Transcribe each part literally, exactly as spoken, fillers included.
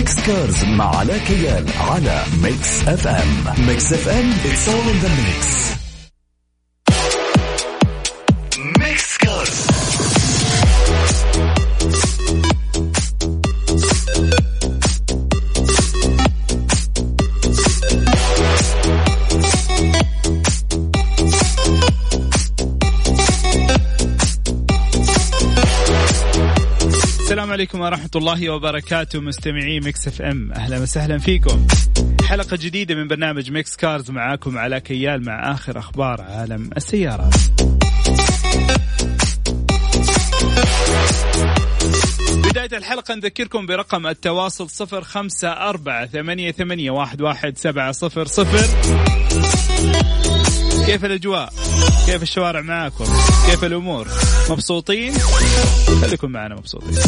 ميكس كارز مع علاء كيال على ميكس اف ام. ميكس اف ام it's all in the mix. ميكس كارز. السلام عليكم ورحمة الله وبركاته مستمعي ميكس اف ام، أهلا وسهلا فيكم. حلقة جديدة من برنامج ميكس كارز، معاكم علاء كيال مع آخر أخبار عالم السيارات. بداية الحلقة نذكركم برقم التواصل صفر خمسة أربعة ثمانية ثمانية واحد واحد سبعة صفر صفر. كيف الأجواء؟ كيف الشوارع معاكم؟ كيف الأمور؟ مبسوطين؟ خليكم معنا مبسوطين.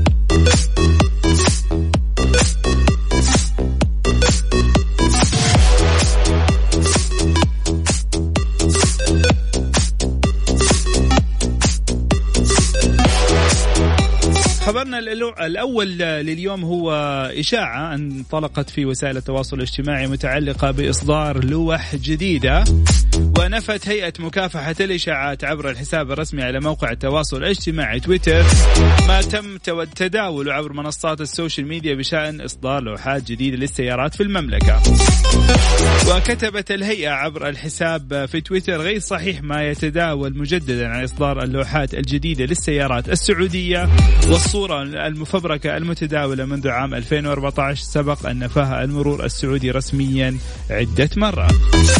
خبرنا الأول لليوم هو إشاعة انطلقت في وسائل التواصل الاجتماعي متعلقة بإصدار لوح جديدة، ونفت هيئة مكافحة الإشاعات عبر الحساب الرسمي على موقع التواصل الاجتماعي تويتر ما تم تداوله عبر منصات السوشيال ميديا بشأن إصدار لوحات جديدة للسيارات في المملكة. وكتبت الهيئة عبر الحساب في تويتر: غير صحيح ما يتداول مجددا عن إصدار اللوحات الجديدة للسيارات السعودية، والصورة المفبركة المتداولة منذ عام ألفين وأربعة عشر سبق أن نفاها المرور السعودي رسميا عدة مرات.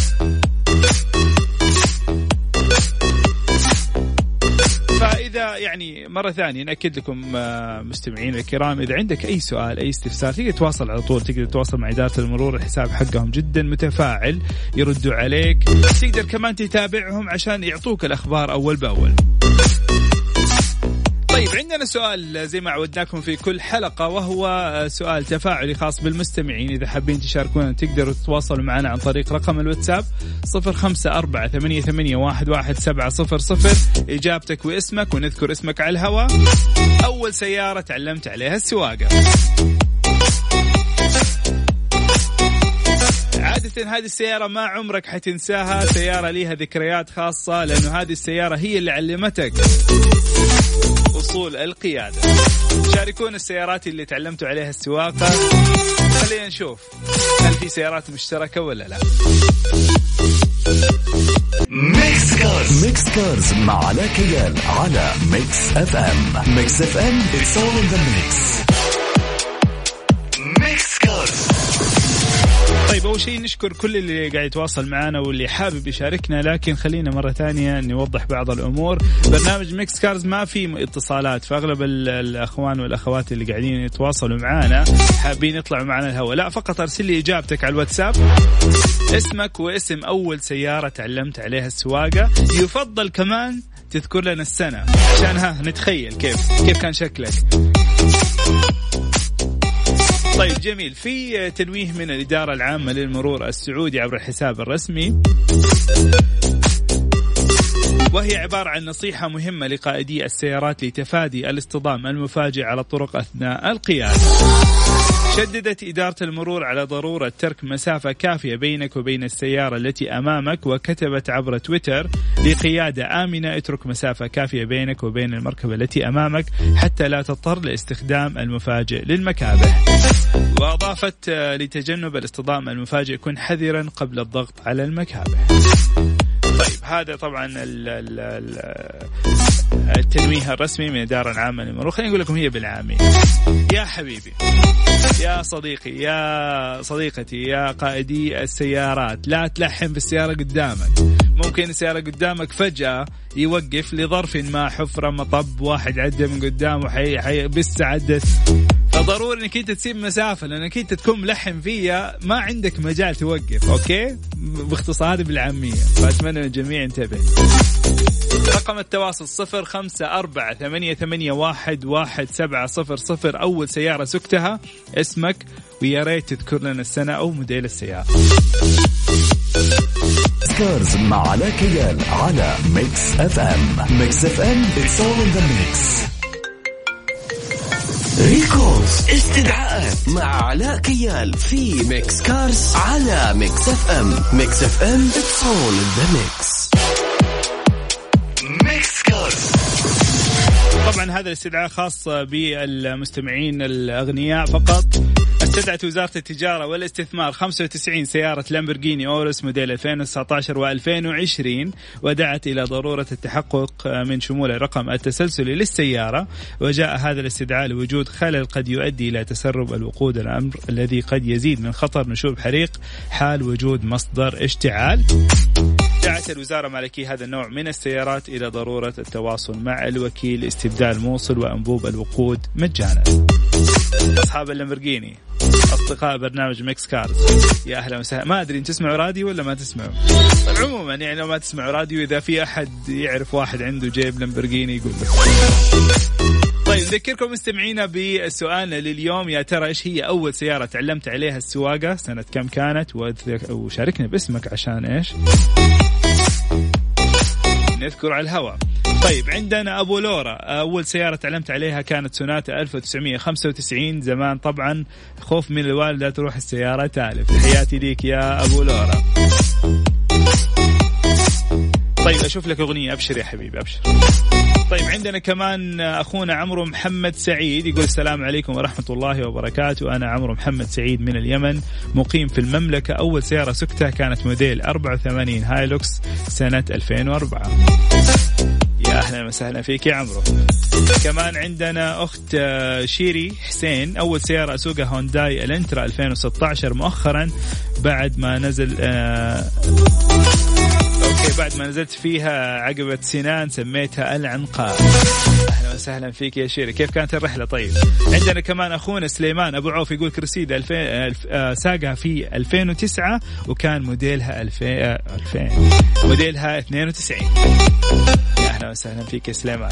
فإذا يعني مرة ثانية نأكد لكم مستمعين الكرام، إذا عندك أي سؤال أي استفسار تقدر تواصل على طول، تقدر تواصل مع إدارة المرور، الحساب حقهم جدا متفاعل يردوا عليك، تقدر كمان تتابعهم عشان يعطوك الأخبار أول بأول. طيب عندنا سؤال زي ما عودناكم في كل حلقة، وهو سؤال تفاعلي خاص بالمستمعين. إذا حابين تشاركونا تقدروا تتواصلوا معنا عن طريق رقم الواتساب صفر خمسة أربعة ثمانية ثمانية واحد واحد سبعة صفر صفر. إجابتك واسمك، ونذكر اسمك على الهواء. أول سيارة تعلمت عليها السواقة. عادة هذه السيارة ما عمرك حتنساها، سيارة ليها ذكريات خاصة، لأنه هذه السيارة هي اللي علمتك أصول القيادة. شاركونا السيارات اللي تعلمتوا عليها السواقة، خلينا نشوف هل في سيارات مشتركة ولا لا. ميكس كارز. ميكس كارز مع علاء كيال على ميكس اف ام. ميكس اف ام it's all in the mix. ميكس كارز. طيب أول شيء نشكر كل اللي قاعد يتواصل معنا واللي حابب يشاركنا، لكن خلينا مرة ثانية نوضح بعض الأمور. برنامج ميكس كارز ما في اتصالات، فأغلب الأخوان والأخوات اللي قاعدين يتواصلوا معنا حابين يطلعوا معنا الهواء، لا فقط أرسل لي إجابتك على الواتساب، اسمك واسم أول سيارة تعلمت عليها السواقة، يفضل كمان تذكر لنا السنة عشان ها نتخيل كيف كيف كان شكلك. طيب جميل. في تنويه من الإدارة العامة للمرور السعودي عبر الحساب الرسمي، وهي عبارة عن نصيحة مهمة لقائدي السيارات لتفادي الاصطدام المفاجئ على الطرق أثناء القيادة. شددت إدارة المرور على ضرورة ترك مسافة كافية بينك وبين السيارة التي أمامك، وكتبت عبر تويتر: لقيادة آمنة اترك مسافة كافية بينك وبين المركبة التي أمامك حتى لا تضطر لاستخدام المفاجئ للمكابح. وأضافت: لتجنب الاصطدام المفاجئ كن حذرا قبل الضغط على المكابح. طيب هذا طبعا ال ال التنويه الرسمي من الإدارة العامة للمرور. خليني أقول لكم هي بالعامية. يا حبيبي، يا صديقي، يا صديقتي، يا قائدي السيارات، لا تلحم في السيارة قدامك. ممكن السيارة قدامك فجأة يوقف لظرف ما، حفرة، مطب، واحد عدى من قدامه حي حي بس عدت، فضروري انك انت تسيب مسافة، لانك انت تكون ملحم فيها ما عندك مجال توقف. اوكي، باختصار بالعامية، فأتمنى الجميع ينتبه. رقم التواصل صفر خمسة أربعة ثمانية ثمانية واحد واحد سبعة صفر صفر. أول سيارة سكتها، اسمك، ويا ريت تذكر لنا السنة أو موديل السيارة. كارز مع علاء كيال على ميكس اف ام. ميكس اف ام it's all in the mix. ريكوز استدعاءات مع علاء كيال في ميكس كارز على ميكس اف ام. ميكس اف ام it's all in the mix. ميكس كارز. طبعا هذا الاستدعاء خاص بالمستمعين الأغنياء فقط. استدعت وزارة التجارة والاستثمار خمسة وتسعين سيارة لامبورغيني أورس موديل ألفين وتسعة عشر وألفين وعشرين، ودعت إلى ضرورة التحقق من شمول الرقم التسلسلي للسيارة. وجاء هذا الاستدعاء لوجود خلل قد يؤدي إلى تسرب الوقود، الأمر الذي قد يزيد من خطر نشوب حريق حال وجود مصدر اشتعال. دعت الوزارة مالكي هذا النوع من السيارات إلى ضرورة التواصل مع الوكيل لاستبدال موصل وأنبوب الوقود مجانا. أصحاب اللامبورغيني أصدقاء برنامج ميكس كارز، يا أهلا وسهلا. ما أدري إن تسمعوا راديو ولا ما تسمعوا. طيب عموما يعني لو ما تسمعوا راديو، إذا في أحد يعرف واحد عنده جيب لامبورغيني يقول له. طيب نذكركم مستمعينا بالسؤال لليوم، يا ترى إيش هي أول سيارة تعلمت عليها السواقة؟ سنة كم كانت؟ وشاركنا باسمك عشان إيش نذكر على الهواء. طيب عندنا أبو لورا، أول سيارة تعلمت عليها كانت سوناتا ألف وتسعمية وخمسة وتسعين. زمان طبعا خوف من الوالدة تروح السيارة تالف. تحياتي ليك يا أبو لورا. طيب أشوف لك أغنية. أبشر يا حبيبي أبشر. طيب عندنا كمان أخونا عمرو محمد سعيد يقول السلام عليكم ورحمة الله وبركاته. أنا عمرو محمد سعيد من اليمن مقيم في المملكة. أول سيارة سكتها كانت موديل أربعة وثمانين هايلوكس سنة ألفين وأربعة. يا أهلا وسهلا فيك يا عمرو. كمان عندنا أخت شيري حسين، أول سيارة أسوقها هونداي الانترا ألفين وستة عشر. مؤخرا بعد ما نزل آه أوكي بعد ما نزلت فيها عقبة سنان سميتها العنقاء. أهلا وسهلا فيك يا شيري. كيف كانت الرحلة؟ طيب عندنا كمان أخونا سليمان أبو عوف يقول كرسيدة ألفين ألف آه ساقها في ألفين وتسعة وكان موديلها ألفين آه ألفين موديلها اثنين وتسعين. يا أهلا وسهلا فيك يا سليمان.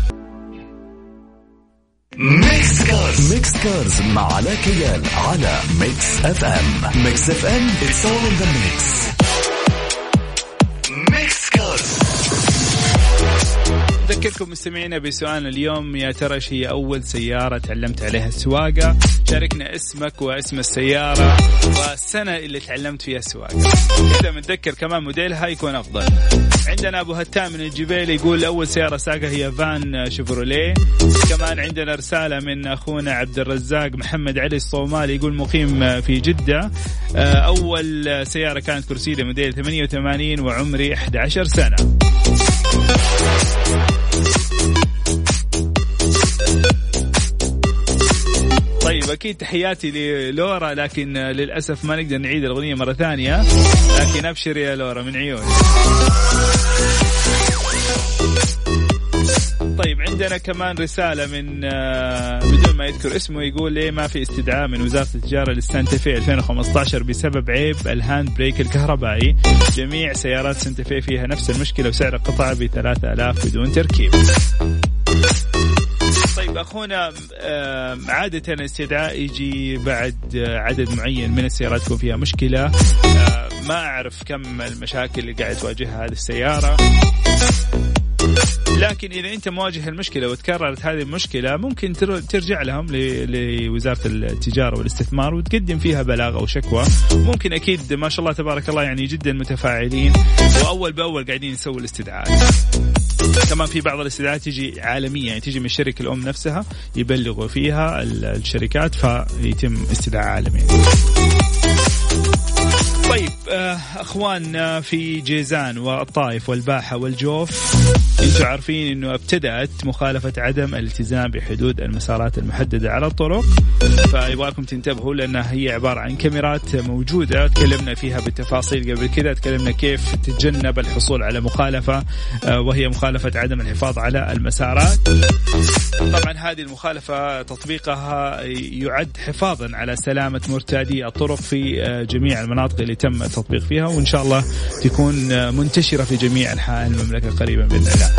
ميكس كارز. ميكس كارز مع علاء كيال على ميكس اف ام. ميكس اف ام it's all in the mix. ميكس كارز. أذكركم مستمعينا بسؤال اليوم، يا ترى ايش هي أول سيارة تعلمت عليها السواقة؟ شاركنا اسمك واسم السيارة والسنة اللي تعلمت فيها السواقة. إذا متذكر كمان موديلها يكون أفضل. عندنا أبو هتام من الجبيل يقول أول سيارة ساقة هي فان شيفروليه. كمان عندنا رسالة من أخونا عبد الرزاق محمد علي الصومالي يقول مقيم في جدة. أول سيارة كانت كرسيدة موديل ثمانية وثمانين وعمري أحد عشر سنة. طيب أكيد تحياتي للورا، لكن للأسف ما نقدر نعيد الأغنية مرة ثانية، لكن أبشر يا لورا من عيوني. طيب عندنا كمان رسالة من بدون ما يذكر اسمه يقول ليه ما في استدعاء من وزارة التجارة للسانتافي ألفين وخمسة عشر بسبب عيب الهاند بريك الكهربائي. جميع سيارات سانتافي فيها نفس المشكلة وسعر القطعة بثلاثة آلاف بدون تركيب. طيب أخونا عادة الاستدعاء يجي بعد عدد معين من السيارات يكون فيها مشكلة. ما أعرف كم المشاكل اللي قاعد تواجهها هذه السيارة، لكن إذا أنت مواجه المشكلة وتكررت هذه المشكلة ممكن ترجع لهم لوزارة التجارة والاستثمار وتقدم فيها بلاغ أو شكوى. ممكن أكيد ما شاء الله تبارك الله يعني جدا متفاعلين وأول بأول قاعدين يسوي الاستدعاءات. كمان في بعض الاستدعاءات تيجي عالمية، يعني تيجي من الشركة الأم نفسها يبلغوا فيها الشركات فيتم استدعاء عالمي. طيب أخواننا في جيزان والطائف والباحة والجوف، انتوا عارفين انه ابتدأت مخالفة عدم الالتزام بحدود المسارات المحددة على الطرق، فيبغاكم تنتبهوا لأنها هي عبارة عن كاميرات موجودة تكلمنا فيها بالتفاصيل قبل كده. تكلمنا كيف تتجنب الحصول على مخالفة وهي مخالفة عدم الحفاظ على المسارات. طبعا هذه المخالفة تطبيقها يعد حفاظا على سلامة مرتادي الطرق في جميع المناطق اللي تم التطبيق فيها، وإن شاء الله تكون منتشرة في جميع أنحاء المملكة قريبا بإذن الله.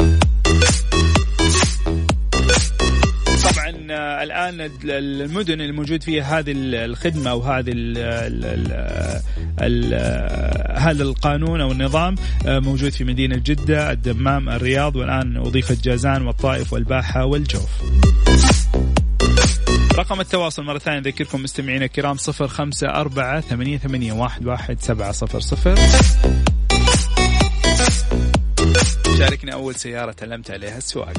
طبعا الآن المدن الموجود فيها هذه الخدمة أو هذه ال ال ال هذا القانون أو النظام موجود في مدينة جدة، الدمام، الرياض، والآن أضيفت جازان والطائف والباحة والجوف. رقم التواصل مرة ثانية ذكركم مستمعين الكرام صفر خمسة أربعة ثمانية ثمانية واحد واحد سبعة صفر صفر. شاركنا أول سيارة تعلمت عليها السواقة.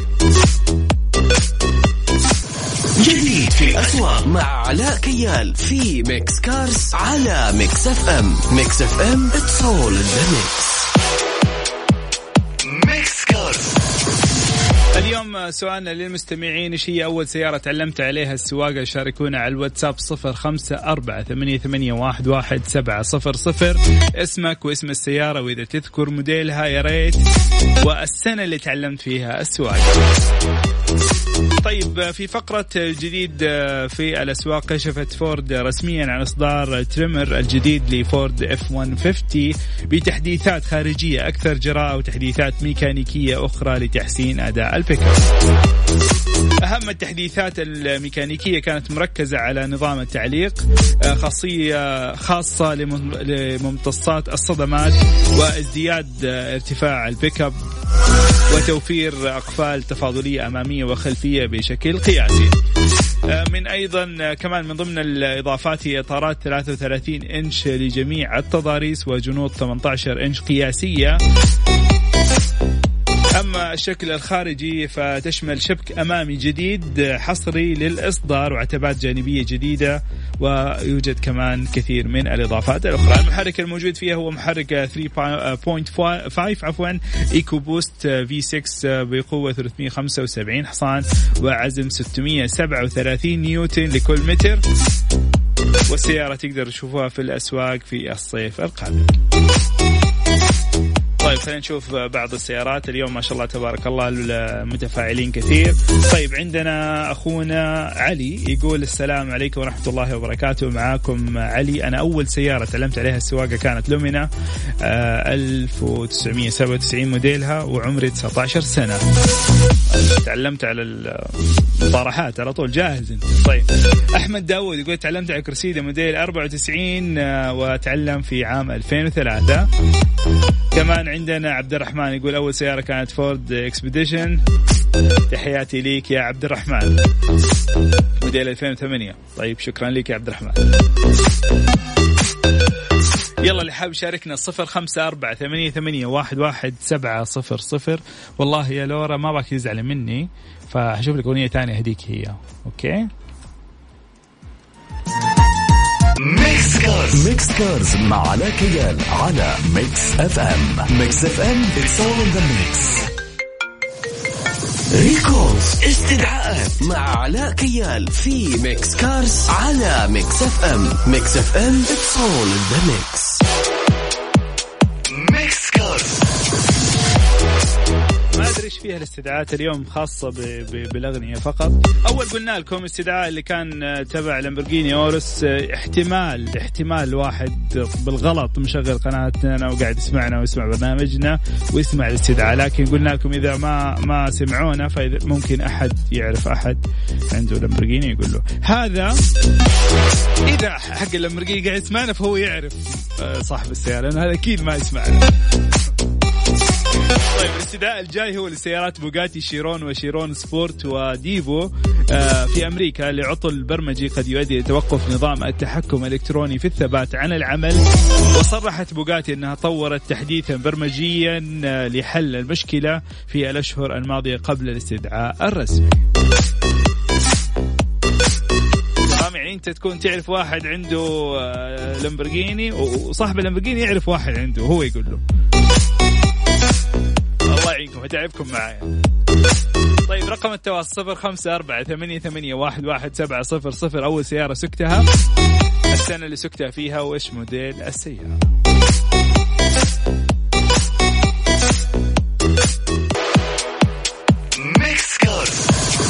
جديد في الأسواق مع علاء كيال في ميكس كارز على ميكس اف ام. ميكس اف ام it's all in the mix. ميكس كارز. اليوم سؤالنا للمستمعين ايش هي أول سيارة تعلمت عليها السواقة؟ شاركونا على الواتساب صفر خمسة أربعة ثمانية ثمانية واحد واحد سبعة صفر صفر. اسمك واسم السيارة وإذا تذكر موديلها يا ريت والسنة اللي تعلمت فيها السواقة. طيب في فقرة الجديد في الأسواق كشفت فورد رسميا عن إصدار تريمر الجديد لفورد إف مئة وخمسين بتحديثات خارجية أكثر جراءة وتحديثات ميكانيكية أخرى لتحسين أداء البيكاب. أهم التحديثات الميكانيكية كانت مركزة على نظام التعليق، خاصية خاصة لممتصات الصدمات وازدياد ارتفاع البيكاب وتوفير أقفال تفاضلية أمامية وخلفية بشكل قياسي. من أيضا كمان من ضمن الإضافات هي إطارات ثلاثة وثلاثين إنش لجميع التضاريس وجنوط ثمانية عشر إنش قياسية. أما الشكل الخارجي فتشمل شبك أمامي جديد حصري للإصدار وعتبات جانبية جديدة، ويوجد كمان كثير من الإضافات الأخرى. المحرك الموجود فيها هو محرك ثلاثة فاصلة خمسة عفوا إيكو بوست في ستة بقوة ثلاثمئة وخمسة وسبعين حصان وعزم ستمئة وسبعة وثلاثين نيوتن لكل متر. والسيارة تقدر تشوفوها في الأسواق في الصيف القادم. طيب خلينا نشوف بعض السيارات اليوم. ما شاء الله تبارك الله المتفاعلين كثير. طيب عندنا أخونا علي يقول السلام عليكم ورحمة الله وبركاته. معاكم علي. أنا أول سيارة تعلمت عليها السواقة كانت لومينا ألف وتسعمئة وسبعة وتسعين موديلها وعمري تسعة عشر سنة. تعلمت على الطارحات على طول جاهز انت. طيب أحمد داود يقول تعلمت على كرسيدة موديل أربعة وتسعين وتعلم في عام ألفين وثلاثة. كمان عندنا عبد الرحمن يقول أول سيارة كانت فورد إكسبيديشن. تحياتي ليك يا عبد الرحمن موديل ألفين وثمانية. طيب شكرا لك يا عبد الرحمن. يلا اللي حاب يشاركنا صفر خمسة أربعة ثمانية ثمانية واحد واحد سبعة صفر صفر. والله يا لورا ما باك يزعل مني فهشوف لك أغنية تانية هديك هي. أوكي ميكس كارز. ميكس كارز مع علاء كيال على ميكس اف ام. ميكس اف ام it's all in the mix. ريكولز استدعاءات مع علاء كيال في ميكس كارز على ميكس اف ام. ميكس اف ام it's all in the mix. ميكس كارز. ما أدري إيش فيها الاستدعاءات اليوم خاصة بالأغنية فقط. أول قلنا لكم استدعاء اللي كان تبع لامبورغيني أورس. احتمال احتمال واحد بالغلط مشغل قناتنا وقاعد يسمعنا ويسمع برنامجنا ويسمع الاستدعاء، لكن قلنا لكم إذا ما ما سمعونا فإذا ممكن أحد يعرف أحد عنده لامبورغيني يقول له هذا. إذا حق اللامبورغيني قاعد يسمعنا فهو يعرف صاحب السيارة لأن هذا أكيد ما يسمعنا. طيب الاستدعاء الجاي هو لسيارات بوغاتي شيرون وشيرون سبورت وديفو في أمريكا لعطل برمجي قد يؤدي لتوقف نظام التحكم الإلكتروني في الثبات عن العمل. وصرحت بوغاتي أنها طورت تحديثا برمجيا لحل المشكلة في الأشهر الماضية قبل الاستدعاء الرسمي. يعني أنت تكون تعرف واحد عنده لامبورغيني وصاحب اللامبورغيني يعرف واحد عنده وهو يقول له الله يعينكم هتعبكم معايا. طيب رقم التواصل صفر خمسة أربعة ثمانية ثمانية واحد واحد سبعة صفر صفر. أول سيارة سكتها، السنة اللي سكتها فيها، وإيش موديل السيارة. ميكس كارز.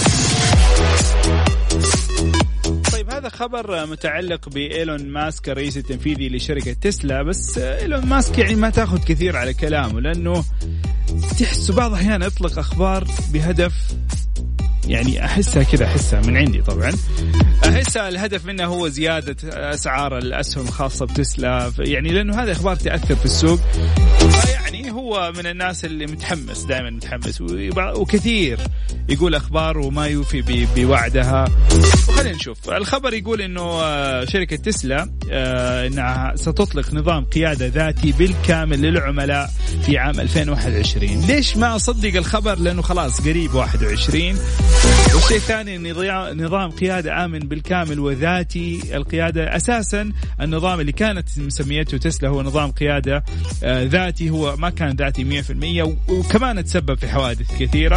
طيب هذا خبر متعلق بإيلون ماسك الرئيس التنفيذي لشركة تسلا. بس إيلون ماسك يعني ما تأخذ كثير على كلامه لأنه تحس بعض الأحيان يطلق أخبار بهدف يعني أحسها كذا، أحسها من عندي طبعا، أحسها الهدف منها هو زيادة أسعار الأسهم الخاصة بتسلا، يعني لأنه هذا أخبار تأثر في السوق. يعني هو من الناس اللي متحمس، دائما متحمس، وكثير يقول أخبار وما يوفي بوعدها. وخلينا نشوف الخبر. يقول إنه شركة تسلا إنها ستطلق نظام قيادة ذاتي بالكامل للعملاء في عام ألفين وواحد وعشرين. ليش ما أصدق الخبر؟ لأنه خلاص قريب واحد وعشرين. والشيء الثاني نظام قيادة آمن بالكامل وذاتي القيادة. أساسا النظام اللي كانت مسميته تسلا هو نظام قيادة ذاتي، هو ما كان ذاتي مية في المية، وكمان تسبب في حوادث كثيرة.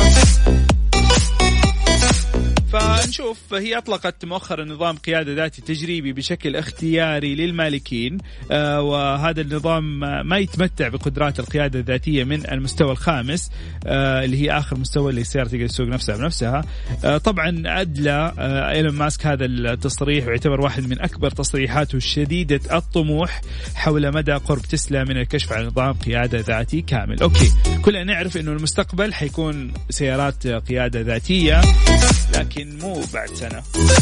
فنشوف. هي أطلقت مؤخرا نظام قيادة ذاتي تجريبي بشكل اختياري للمالكين، آه وهذا النظام ما يتمتع بقدرات القيادة الذاتية من المستوى الخامس، آه اللي هي آخر مستوى اللي السيارة تقدر تسوق نفسها بنفسها. آه طبعا أدلى آه إيلون ماسك هذا التصريح، ويعتبر واحد من أكبر تصريحاته الشديدة الطموح حول مدى قرب تسلا من الكشف عن نظام قيادة ذاتي كامل. أوكي، كلنا نعرف إنه المستقبل حيكون سيارات قيادة ذاتية، لكن مو بعد سنة.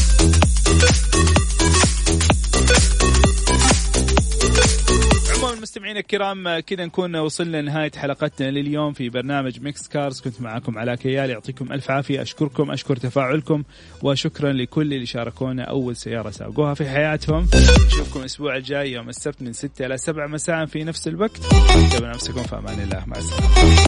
عموما المستمعين الكرام، كذا نكون وصلنا لنهاية حلقتنا لليوم في برنامج ميكس كارز. كنت معكم علاء كيال، يعطيكم ألف عافية. أشكركم، أشكر تفاعلكم، وشكرا لكل اللي شاركونا أول سيارة ساقوها في حياتهم. نشوفكم الأسبوع الجاي يوم السبت من ستة إلى سبعة مساء في نفس الوقت. تابعوا نفسكم في أمان الله. مع السلامة.